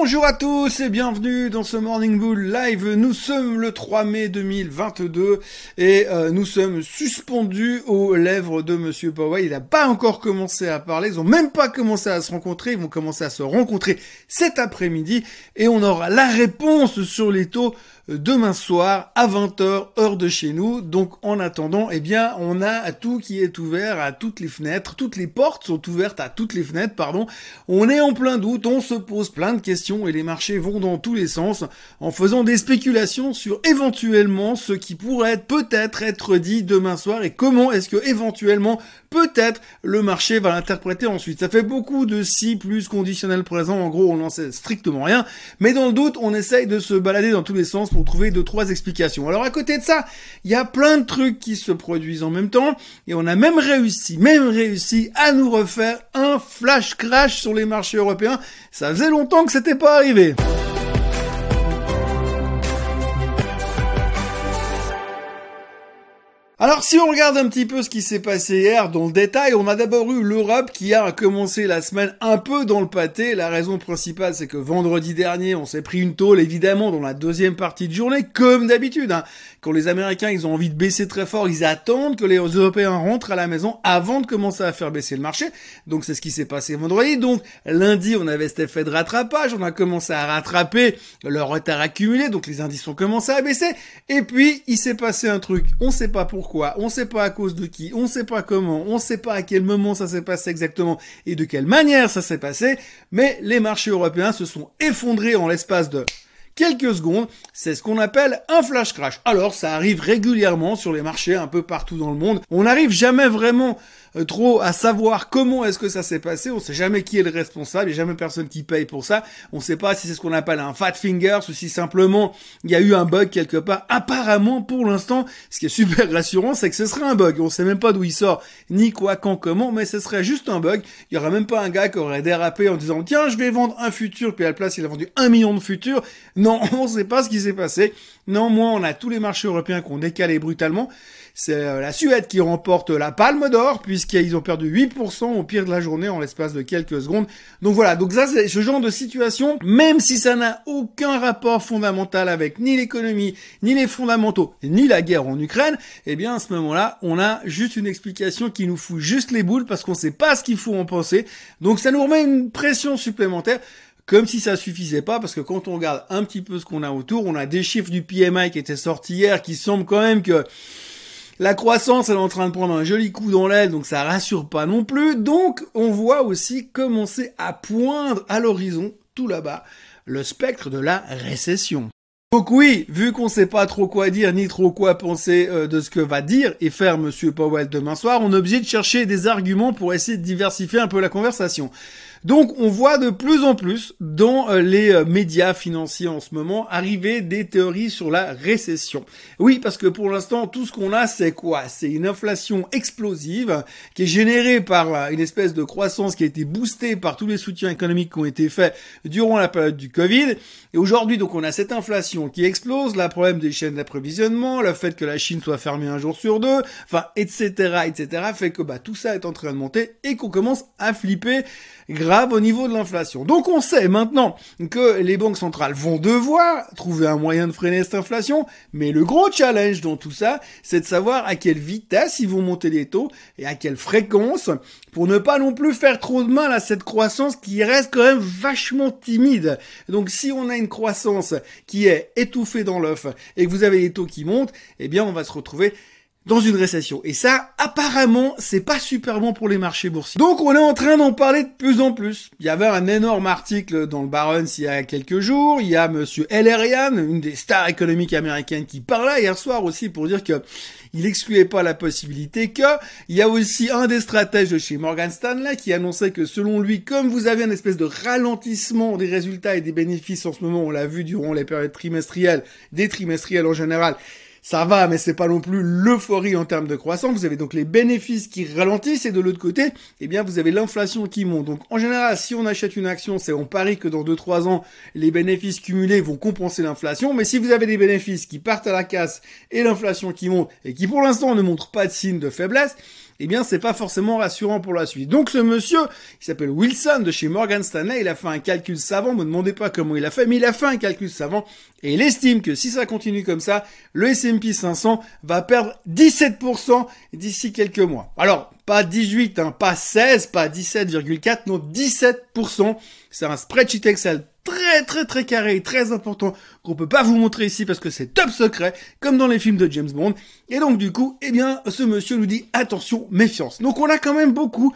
Bonjour à tous et bienvenue dans ce Morning Bull Live. Nous sommes le 3 mai 2022 et nous sommes suspendus aux lèvres de Monsieur Powell. Il n'a pas encore commencé à parler, ils ont même pas commencé à se rencontrer, ils vont commencer à se rencontrer cet après-midi et on aura la réponse sur les taux demain soir à 20h heure de chez nous. Donc en attendant, eh bien on a tout qui est ouvert à toutes les fenêtres, toutes les portes sont ouvertes à toutes les fenêtres, pardon. On est en plein doute, on se pose plein de questions et les marchés vont dans tous les sens en faisant des spéculations sur éventuellement ce qui pourrait peut-être être dit demain soir et comment est-ce que éventuellement peut-être le marché va l'interpréter ensuite. Ça fait beaucoup de si plus conditionnel présent, en gros on n'en sait strictement rien, mais dans le doute on essaye de se balader dans tous les sens pour trouver 2-3 explications. Alors à côté de ça, il y a plein de trucs qui se produisent en même temps et on a même réussi à nous refaire un flash crash sur les marchés européens. Ça faisait longtemps que c'était pas arrivé. Alors si on regarde un petit peu ce qui s'est passé hier dans le détail, on a d'abord eu l'Europe qui a commencé la semaine un peu dans le pâté. La raison principale, c'est que vendredi dernier, on s'est pris une tôle évidemment dans la deuxième partie de journée, comme d'habitude. Quand les Américains ils ont envie de baisser très fort, ils attendent que les Européens rentrent à la maison avant de commencer à faire baisser le marché. Donc c'est ce qui s'est passé vendredi. Donc lundi, on avait cet effet de rattrapage, on a commencé à rattraper le retard accumulé, donc les indices ont commencé à baisser. Et puis il s'est passé un truc, on sait pas pourquoi. On sait pas à cause de qui, on sait pas comment, on sait pas à quel moment ça s'est passé exactement et de quelle manière ça s'est passé, mais les marchés européens se sont effondrés en l'espace de quelques secondes. C'est ce qu'on appelle un flash crash. Alors ça arrive régulièrement sur les marchés un peu partout dans le monde. On n'arrive jamais vraiment trop à savoir comment est-ce que ça s'est passé. On sait jamais qui est le responsable. Il n'y a jamais personne qui paye pour ça. On sait pas si c'est ce qu'on appelle un fat finger ou si simplement il y a eu un bug quelque part. Apparemment, pour l'instant, ce qui est super rassurant, c'est que ce serait un bug. On sait même pas d'où il sort, ni quoi, quand, comment, mais ce serait juste un bug. Il y aura même pas un gars qui aurait dérapé en disant tiens, je vais vendre un futur, puis à la place, il a vendu 1 million de futurs. Non, on sait pas ce qui s'est passé. Néanmoins, on a tous les marchés européens qui ont décalé brutalement. C'est la Suède qui remporte la palme d'or puisqu'ils ont perdu 8% au pire de la journée en l'espace de quelques secondes. Donc voilà, donc ça c'est ce genre de situation, même si ça n'a aucun rapport fondamental avec ni l'économie, ni les fondamentaux, ni la guerre en Ukraine, eh bien à ce moment-là, on a juste une explication qui nous fout juste les boules parce qu'on sait pas ce qu'il faut en penser. Donc ça nous remet une pression supplémentaire. Comme si ça suffisait pas, parce que quand on regarde un petit peu ce qu'on a autour, on a des chiffres du PMI qui étaient sortis hier, qui semblent quand même que la croissance, elle est en train de prendre un joli coup dans l'aile, donc ça rassure pas non plus. Donc, on voit aussi commencer à poindre à l'horizon, tout là-bas, le spectre de la récession. Donc oui, vu qu'on sait pas trop quoi dire ni trop quoi penser de ce que va dire et faire Monsieur Powell demain soir, on est obligé de chercher des arguments pour essayer de diversifier un peu la conversation. Donc on voit de plus en plus dans les médias financiers en ce moment arriver des théories sur la récession. Oui, parce que pour l'instant, tout ce qu'on a, c'est quoi? C'est une inflation explosive qui est générée par une espèce de croissance qui a été boostée par tous les soutiens économiques qui ont été faits durant la période du Covid. Et aujourd'hui, donc, on a cette inflation qui explose, le problème des chaînes d'approvisionnement, le fait que la Chine soit fermée un jour sur deux, enfin, etc., fait que tout ça est en train de monter et qu'on commence à flipper grave au niveau de l'inflation. Donc on sait maintenant que les banques centrales vont devoir trouver un moyen de freiner cette inflation, mais le gros challenge dans tout ça, c'est de savoir à quelle vitesse ils vont monter les taux et à quelle fréquence pour ne pas non plus faire trop de mal à cette croissance qui reste quand même vachement timide. Donc si on a une croissance qui est étouffée dans l'œuf et que vous avez les taux qui montent, eh bien on va se retrouver dans une récession. Et ça, apparemment, c'est pas super bon pour les marchés boursiers. Donc, on est en train d'en parler de plus en plus. Il y avait un énorme article dans le Barron's il y a quelques jours. Il y a monsieur Elerian, une des stars économiques américaines, qui parlait hier soir aussi pour dire que il excluait pas la possibilité que il y a aussi un des stratèges de chez Morgan Stanley qui annonçait que selon lui, comme vous avez une espèce de ralentissement des résultats et des bénéfices en ce moment, on l'a vu durant les périodes trimestrielles, des trimestrielles en général, ça va, mais c'est pas non plus l'euphorie en termes de croissance. Vous avez donc les bénéfices qui ralentissent et de l'autre côté, eh bien, vous avez l'inflation qui monte. Donc, en général, si on achète une action, c'est on parie que dans 2-3 ans, les bénéfices cumulés vont compenser l'inflation. Mais si vous avez des bénéfices qui partent à la casse et l'inflation qui monte et qui pour l'instant ne montre pas de signe de faiblesse, eh bien c'est pas forcément rassurant pour la suite. Donc ce monsieur, qui s'appelle Wilson de chez Morgan Stanley, il a fait un calcul savant, me demandez pas comment il a fait, mais il a fait un calcul savant, et il estime que si ça continue comme ça, le S&P 500 va perdre 17% d'ici quelques mois. Alors, pas 18, pas 16, pas 17,4, non 17%. C'est un spreadsheet Excel très carré, très important, qu'on peut pas vous montrer ici parce que c'est top secret, comme dans les films de James Bond. Et donc du coup, eh bien, ce monsieur nous dit attention, méfiance. Donc on a quand même beaucoup,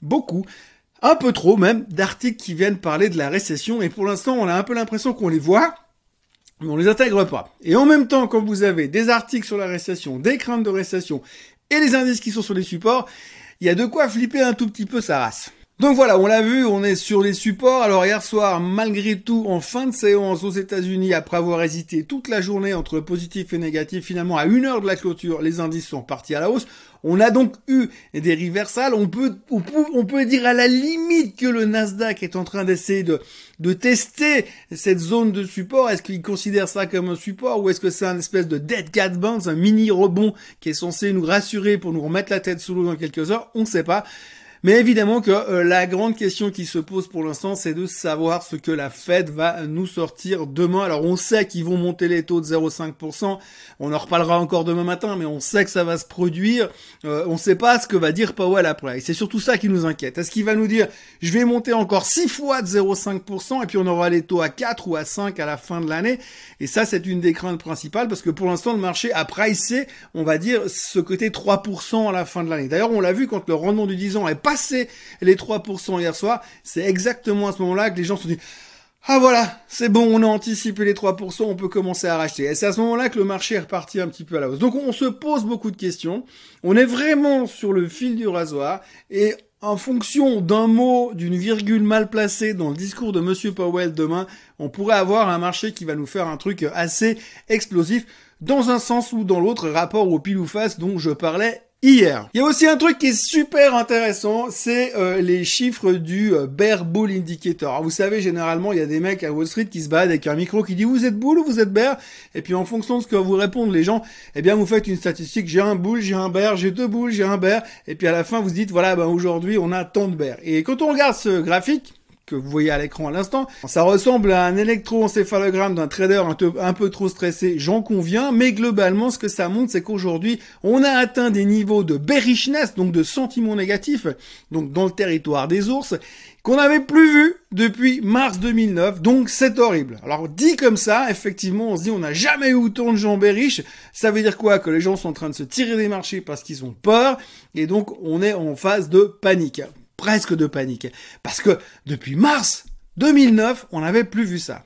un peu trop même, d'articles qui viennent parler de la récession, et pour l'instant, on a un peu l'impression qu'on les voit, mais on les intègre pas. Et en même temps, quand vous avez des articles sur la récession, des craintes de récession, et les indices qui sont sur les supports, il y a de quoi flipper un tout petit peu sa race. Donc voilà, on l'a vu, on est sur les supports. Alors hier soir, malgré tout, en fin de séance aux États-Unis, après avoir hésité toute la journée entre positif et négatif, finalement à 1 heure de la clôture, les indices sont partis à la hausse. On a donc eu des reversals. On peut dire à la limite que le Nasdaq est en train d'essayer de tester cette zone de support. Est-ce qu'il considère ça comme un support ou est-ce que c'est un espèce de dead cat bounce, un mini rebond qui est censé nous rassurer pour nous remettre la tête sous l'eau dans quelques heures? On ne sait pas. Mais évidemment que la grande question qui se pose pour l'instant, c'est de savoir ce que la Fed va nous sortir demain. Alors on sait qu'ils vont monter les taux de 0,5%, on en reparlera encore demain matin, mais on sait que ça va se produire. On ne sait pas ce que va dire Powell après. Et c'est surtout ça qui nous inquiète. Est-ce qu'il va nous dire « je vais monter encore 6 fois de 0,5% et puis on aura les taux à 4 ou à 5 à la fin de l'année ?» Et ça, c'est une des craintes principales parce que pour l'instant, le marché a pricé, on va dire, ce côté 3% à la fin de l'année. D'ailleurs, on l'a vu quand le rendement du 10 ans est passé les 3% hier soir, c'est exactement à ce moment-là que les gens se sont dit « ah voilà, c'est bon, on a anticipé les 3%, on peut commencer à racheter ». Et c'est à ce moment-là que le marché est reparti un petit peu à la hausse. Donc on se pose beaucoup de questions, on est vraiment sur le fil du rasoir, et en fonction d'un mot, d'une virgule mal placée dans le discours de Monsieur Powell demain, on pourrait avoir un marché qui va nous faire un truc assez explosif, dans un sens ou dans l'autre, rapport au pile ou face dont je parlais hier. Il y a aussi un truc qui est super intéressant, c'est les chiffres du Bear Bull Indicator. Alors, vous savez, généralement, il y a des mecs à Wall Street qui se baladent avec un micro qui dit vous êtes bull ou vous êtes bear, et puis en fonction de ce que vous répondent les gens, eh bien vous faites une statistique, j'ai un bull, j'ai un bear, j'ai 2 bulls, j'ai un bear, et puis à la fin vous dites voilà, aujourd'hui on a tant de bears. Et quand on regarde ce graphique que vous voyez à l'écran à l'instant, ça ressemble à un électroencéphalogramme d'un trader un peu trop stressé, j'en conviens, mais globalement, ce que ça montre, c'est qu'aujourd'hui, on a atteint des niveaux de bearishness, donc de sentiments négatifs, donc dans le territoire des ours, qu'on n'avait plus vu depuis mars 2009, donc c'est horrible. Alors dit comme ça, effectivement, on se dit on n'a jamais eu autant de gens bearish, ça veut dire quoi? Que les gens sont en train de se tirer des marchés parce qu'ils ont peur, et donc on est en phase de panique. Presque de panique. Parce que depuis mars 2009, on n'avait plus vu ça.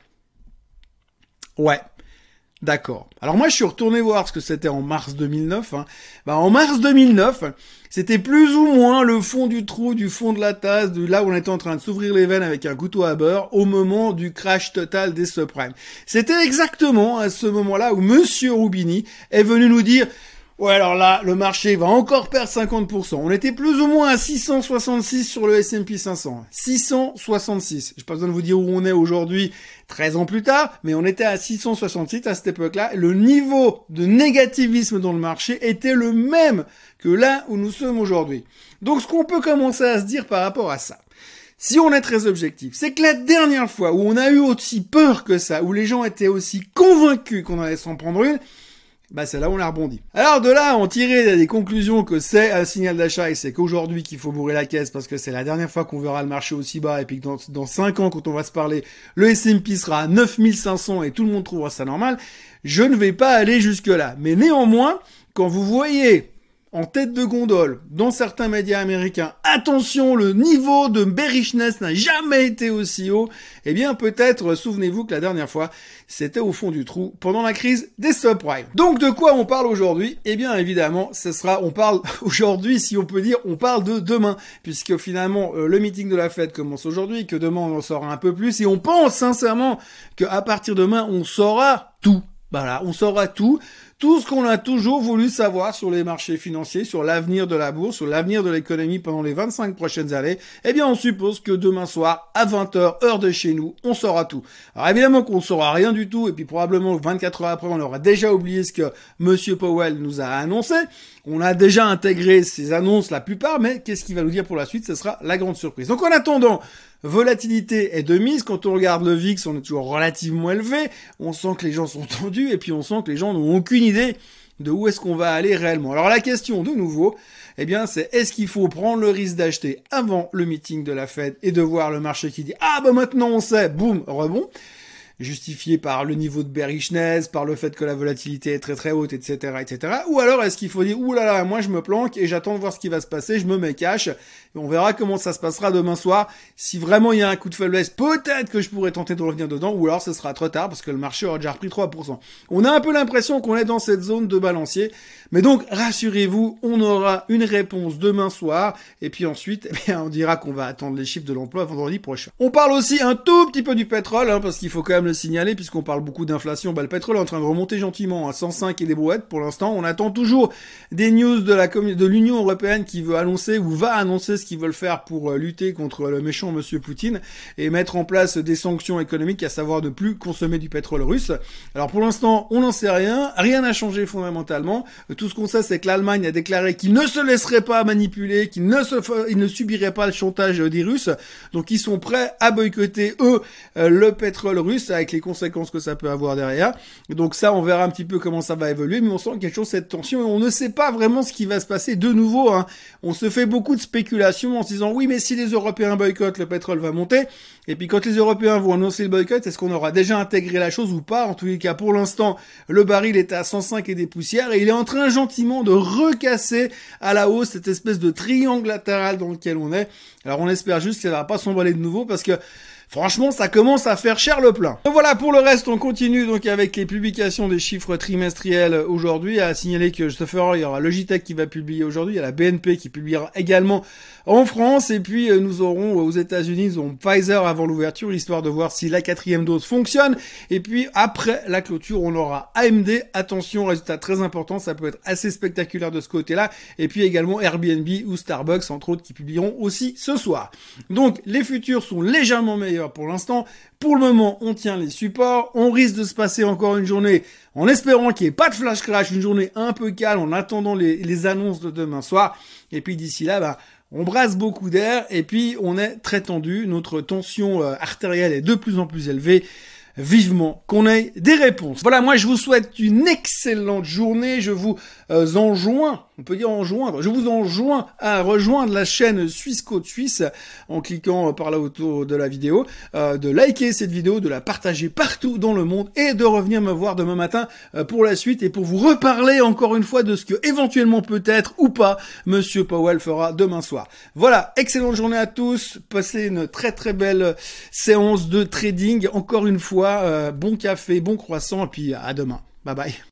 Ouais. D'accord. Alors moi, je suis retourné voir ce que c'était en mars 2009. En mars 2009, c'était plus ou moins le fond du trou, du fond de la tasse, de là où on était en train de s'ouvrir les veines avec un couteau à beurre au moment du crash total des subprimes. C'était exactement à ce moment-là où Monsieur Roubini est venu nous dire ouais, alors là, le marché va encore perdre 50%. On était plus ou moins à 666 sur le S&P 500. 666. J'ai pas besoin de vous dire où on est aujourd'hui, 13 ans plus tard, mais on était à 666 à cette époque-là. Le niveau de négativisme dans le marché était le même que là où nous sommes aujourd'hui. Donc, ce qu'on peut commencer à se dire par rapport à ça, si on est très objectif, c'est que la dernière fois où on a eu aussi peur que ça, où les gens étaient aussi convaincus qu'on allait s'en prendre une, c'est là où on a rebondi. Alors de là, on tirait des conclusions que c'est un signal d'achat et c'est qu'aujourd'hui qu'il faut bourrer la caisse parce que c'est la dernière fois qu'on verra le marché aussi bas et puis que dans 5 ans, quand on va se parler, le S&P sera à 9500 et tout le monde trouvera ça normal. Je ne vais pas aller jusque là. Mais néanmoins, quand vous voyez en tête de gondole, dans certains médias américains, attention, le niveau de bearishness n'a jamais été aussi haut, eh bien peut-être, souvenez-vous que la dernière fois, c'était au fond du trou, pendant la crise des subprimes. Donc de quoi on parle aujourd'hui? Eh bien évidemment, on parle aujourd'hui, si on peut dire, on parle de demain, puisque finalement, le meeting de la Fed commence aujourd'hui, que demain on en saura un peu plus, et on pense sincèrement qu'à partir de demain, on saura tout. Voilà, on saura tout. Tout ce qu'on a toujours voulu savoir sur les marchés financiers, sur l'avenir de la bourse, sur l'avenir de l'économie pendant les 25 prochaines années, eh bien on suppose que demain soir, à 20h, heure de chez nous, on saura tout. Alors évidemment qu'on ne saura rien du tout, et puis probablement 24 heures après, on aura déjà oublié ce que Monsieur Powell nous a annoncé. On a déjà intégré ces annonces, la plupart, mais qu'est-ce qu'il va nous dire pour la suite? Ce sera la grande surprise. Donc en attendant, volatilité est de mise. Quand on regarde le VIX, on est toujours relativement élevé. On sent que les gens sont tendus et puis on sent que les gens n'ont aucune idée de où est-ce qu'on va aller réellement. Alors la question de nouveau, eh bien c'est est-ce qu'il faut prendre le risque d'acheter avant le meeting de la Fed et de voir le marché qui dit ah bah maintenant on sait, boum, rebond, justifié par le niveau de bearishness, par le fait que la volatilité est très très haute, etc., etc. Ou alors est-ce qu'il faut dire ouh là là, moi je me planque et j'attends de voir ce qui va se passer, je me mets cash et on verra comment ça se passera demain soir. Si vraiment il y a un coup de faiblesse, peut-être que je pourrais tenter de revenir dedans, ou alors ce sera trop tard parce que le marché aura déjà repris 3%. On a un peu l'impression qu'on est dans cette zone de balancier, mais donc rassurez-vous, on aura une réponse demain soir et puis ensuite, eh bien, on dira qu'on va attendre les chiffres de l'emploi vendredi prochain. On parle aussi un tout petit peu du pétrole, parce qu'il faut quand même le signaler, puisqu'on parle beaucoup d'inflation. Le pétrole est en train de remonter gentiment à 105 et des brouettes pour l'instant. On attend toujours des news de l'Union européenne qui veut annoncer ou va annoncer ce qu'ils veulent faire pour lutter contre le méchant monsieur Poutine et mettre en place des sanctions économiques, à savoir de plus consommer du pétrole russe. Alors pour l'instant, on n'en sait rien n'a changé fondamentalement. Tout ce qu'on sait, c'est que l'Allemagne a déclaré qu'il ne se laisserait pas manipuler, qu'il ne subirait pas le chantage des Russes. Donc ils sont prêts à boycotter, eux, le pétrole russe, avec les conséquences que ça peut avoir derrière. Donc ça, on verra un petit peu comment ça va évoluer, mais on sent quelque chose, cette tension, et on ne sait pas vraiment ce qui va se passer de nouveau. On se fait beaucoup de spéculations en se disant, oui, mais si les Européens boycottent, le pétrole va monter. Et puis quand les Européens vont annoncer le boycott, est-ce qu'on aura déjà intégré la chose ou pas? En tous les cas, pour l'instant, le baril est à 105 et des poussières, et il est en train gentiment de recasser à la hausse cette espèce de triangle latéral dans lequel on est. Alors on espère juste que ça va pas s'emballer de nouveau, parce que franchement, ça commence à faire cher le plein. Donc voilà, pour le reste, on continue donc avec les publications des chiffres trimestriels aujourd'hui. À signaler que je te ferai, il y aura Logitech qui va publier aujourd'hui, il y a la BNP qui publiera également en France, et puis nous aurons aux États-Unis, nous aurons Pfizer avant l'ouverture, histoire de voir si la 4e dose fonctionne. Et puis après la clôture, on aura AMD. Attention, résultat très important, ça peut être assez spectaculaire de ce côté-là. Et puis également Airbnb ou Starbucks, entre autres, qui publieront aussi ce soir. Donc les futurs sont légèrement meilleurs pour l'instant. Pour le moment, on tient les supports. On risque de se passer encore une journée en espérant qu'il n'y ait pas de flash crash, une journée un peu calme en attendant les annonces de demain soir. Et puis d'ici là, on brasse beaucoup d'air et puis on est très tendu. Notre tension artérielle est de plus en plus élevée. Vivement qu'on ait des réponses. Voilà, moi je vous souhaite une excellente journée. Je vous enjoins, on peut dire enjoindre, je vous enjoins à rejoindre la chaîne Suisse Côte Suisse en cliquant par là autour de la vidéo, de liker cette vidéo, de la partager partout dans le monde et de revenir me voir demain matin pour la suite et pour vous reparler encore une fois de ce que éventuellement peut-être ou pas Monsieur Powell fera demain soir. Voilà, excellente journée à tous, passez une très très belle séance de trading encore une fois. Bon café, bon croissant, et puis à demain. Bye bye.